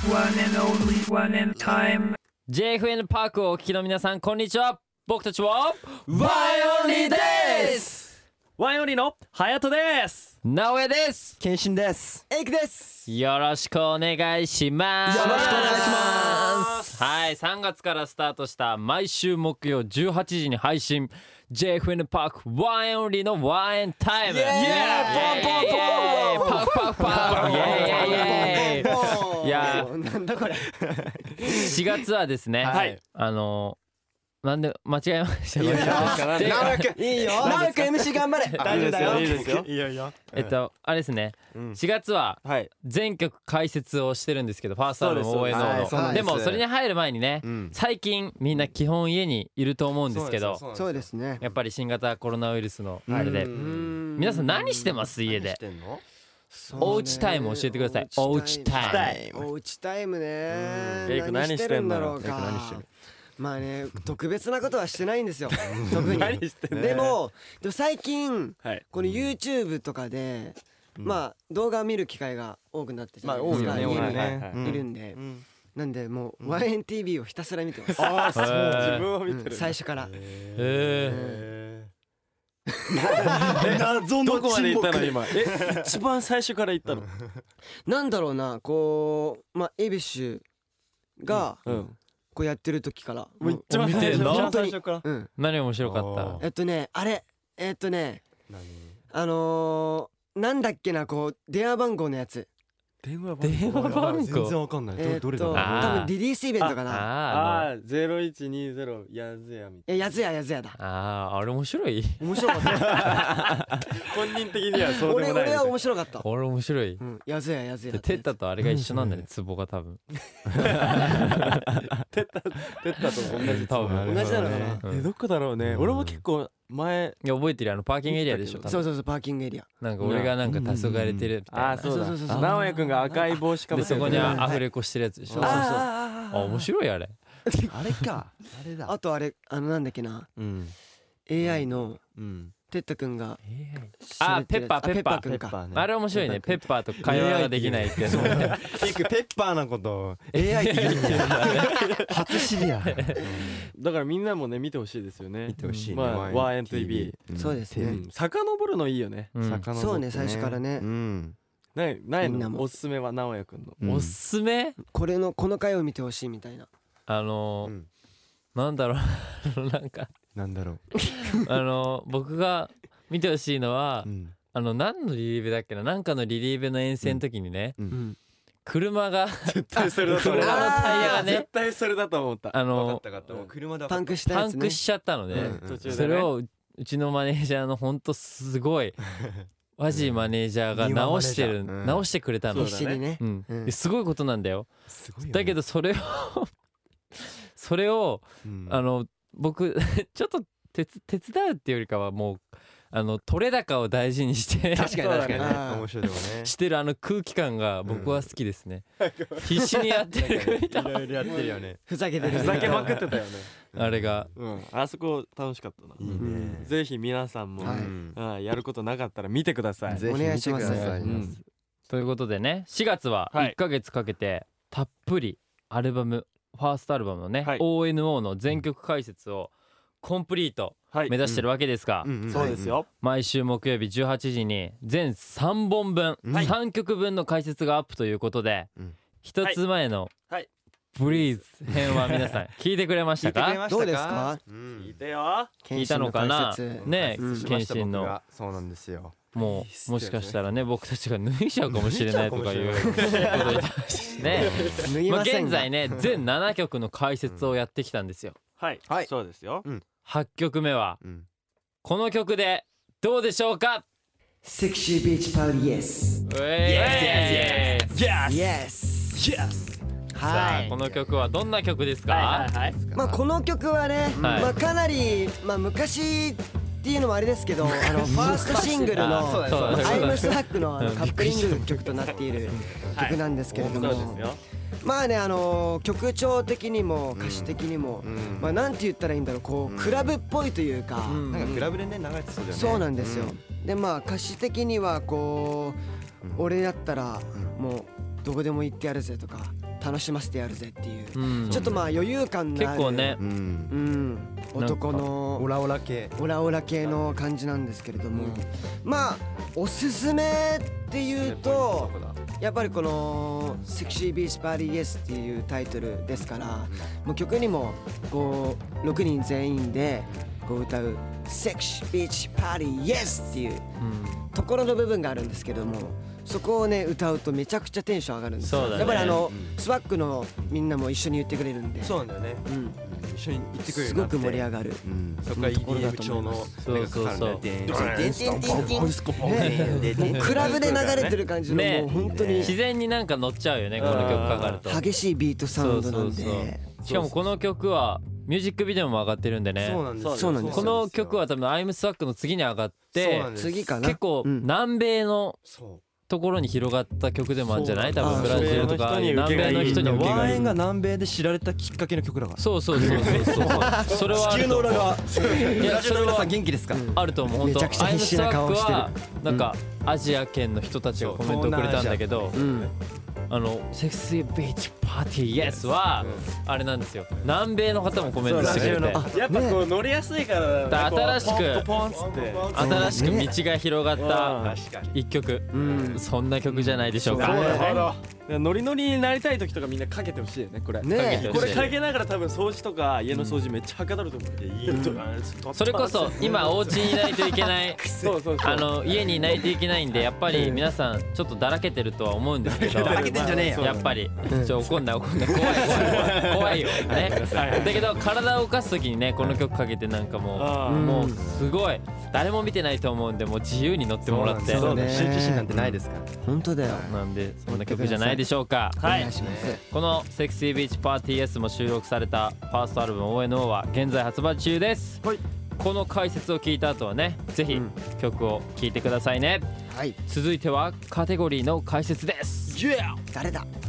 One and only one in time. JFN パークをお聞きの皆さんこんにちは。僕たちはワイオンリーです。 ワイオンリーのハヤトです。 直江です。 謙信です。 エイクです。 よろしくお願いします。 よろしくお願いします。 はい、3月からスタートした毎週木曜18時に配信 JFN パークワイオンリーのワインタイム。イエーイパークパークパークイエーイイエーイ。いやなんだこれ。 4月はですね、 はい、 なんで間違えました。 いいよ。いいよ。直江くん MC 頑張れ。 大丈夫だよ。いいですよ。 いいよいいよ。 あれですね、4月は全曲解説をしてるんですけど、ファーストアルバム ONO の。でもそれに入る前にね、最近みんな基本家にいると思うんですけど、 そうですね。 やっぱり新型コロナウイルスのあれで、皆さん何してます？家で。おうちタイム教えてください。おうちタイム。 おうちタイムね。 エイク何してんだろうか。 まあね、特別なことはしてないんですよ。特に。でも最近この YouTube とかでまあ動画を見る機会が多くなってじゃないですか。家にいるんで、なんでもう YNTV をひたすら見てます。 ああ、そう。自分を見てる。 最初から。 どこまで行ったの今。一番最初から行ったの。 なんだろうな、こうまあエビッシュがこうやってる時からもう一番最初から。 何面白かった？ あれなんだっけな、こう電話番号のやつ。 電話番号全然わかんない。どれだろう。 多分リリースイベントかな。 ああ、0120やずやみたいな。 やずやだ。 あれ面白い。 面白かった。 本人的にはそうでもない。 俺は面白かった。 俺面白い。 やずや。 テッタとあれが一緒なんだね。ツボが多分。 テッタと同じ。 多分同じなのかな。 どこだろうね。俺も結構前。 いや覚えてる、パーキングエリアでしょ。 そうパーキングエリア。 なんか俺がなんか黄昏れてるみたいな。 あ、そうだ。直江くんが赤い帽子かぶってそこにアフレコしてるやつでしょ。面白いあれ。 あれか。あれだ。 あとあれなんだっけな。AI のテッタくんがペッパーか。あれ面白いね。ペッパーと会話ができないってやつ。 ペッパーなこと AI って言うんだよ。初知りや。 だからみんなもね見てほしいですよね。 見てほしいね。 YNTV。 そうですね。 遡るのいいよね。 そうね、最初からね。 ないのおすすめは直江くんの。 おすすめ？ この回を見てほしいみたいな。 なんだろう。 なんだろう。僕が見てほしいのは何のリリーベだっけな。なんかのリリーベの遠征の時にね、車が絶対それだと思った。 車のタイヤがね、 絶対それだと思った。 車でパンクしたやつね。 パンクしちゃったので、それをうちのマネージャーのほんとすごいマジマネージャーが直してくれたの。 必死にね。 すごいことなんだよ。だけどそれを僕ちょっと手伝うっていうよりかはもう取れ高を大事にして確かに面白いよね。 してる空気感が僕は好きですね。必死にやってるみたいな。 いろいろやってるよね。 ふざけてる。 ふざけまくってたよね。 あれが。 あそこ楽しかったな。ぜひ皆さんもやることなかったら見てください。 お願いします。 ということでね、4月は1ヶ月かけてたっぷりアルバム、ファーストアルバムのね ONO の全曲解説をコンプリート目指してるわけですが、 そうですよ。 毎週木曜日18時に全3本分、3曲分の解説がアップということで、一つ前のブリーズ編は皆さん聞いてくれましたか？ どうですか？ 聞いてよ。 聞いたのかなね。謙信のそうなんですよ。 もしかしたらね、僕たちが脱いじゃうかもしれないとかいうこと言ってましたね。現在ね全7曲の解説をやってきたんですよ。 はい、そうですよ。 8曲目はこの曲でどうでしょうか？ セクシービーチパーティーイエス。イエス。 さあこの曲はどんな曲ですか？ まあこの曲はね、まあかなり昔っていうのもあれですけど、ファーストシングルの「I'm Stuck」のカップリング曲となっている曲なんですけれども、まあね曲調的にも歌詞的にもまあなんて言ったらいいんだろう、こうクラブっぽいというか、 なんかクラブでね流れてそうだよね。 そうなんですよ。でまあ歌詞的にはこう俺だったらもうどこでも行ってやるぜとか、 楽しませてやるぜっていう、 うんちょっとまあ余裕感のある結構ね男のオラオラ系の感じなんですけれども、まあおすすめっていうとやっぱりこの「セクシービーチパーティーイエス」っていうタイトルですから、もう曲にもこう6人全員でこう歌う「セクシービーチパーティーイエス」っていうところの部分があるんですけども、そこをね歌うとめちゃくちゃテンション上がるんですよ。 そうだねやっぱりスワックのみんなも一緒に言ってくれるんで、 そうなんだよね、一緒に行ってくれるすごく盛り上がる、 そこから EDM 調のそうそうそうクラブで流れてる感じのねもう本当に自然になんか乗っちゃうよねこの曲かかると。 激しいビートサウンドなんで、 しかもこの曲はミュージックビデオも上がってるんでね。 そうなんですそうなんですこの曲は多分アイムスワックの次に上がって次かな結構南米のところに広がった曲でもあるんじゃない？多分ブラジルとか南米の人に受けがいい。 ワンエンが南米で知られたきっかけの曲だから。 そうそれはあると思う。いやそれは元気ですか？ あると思う。本当めちゃくちゃ必死な顔してる。 アイムスワックはなんかアジア圏の人たちがコメントをくれたんだけど、セクシービーチパーティーイエスはあれなんですよ。南米の方もコメントしてくれて、 やっぱこう乗りやすいからだね。 新しくポンっつって新しく道が広がった一曲、そんな曲じゃないでしょうか。 ノリノリになりたい時とかみんなかけてほしいよねこれ。 ねこれかけながら多分掃除とか家の掃除めっちゃはかどると思う。 それこそ今お家にいないといけない家にいないといけないんで、やっぱり皆さんちょっとだらけてるとは思うんですけど、 だらけてんじゃねえよ。 やっぱり怒んない怖いよね。だけど体を動かす時にねこの曲かけてなんかもうすごい誰も見てないと思うんで、もう自由に乗ってもらって、 そうね羞恥心なんてないですから。 本当だよ。 なんでそんな曲じゃないでしょうか。 お願いします。 このセクシービーチパーティー S も収録されたファーストアルバム ONO は現在発売中です。この解説を聞いた後はねぜひ曲を聴いてくださいね。 はい。 続いてはカテゴリーの解説です。 誰だ。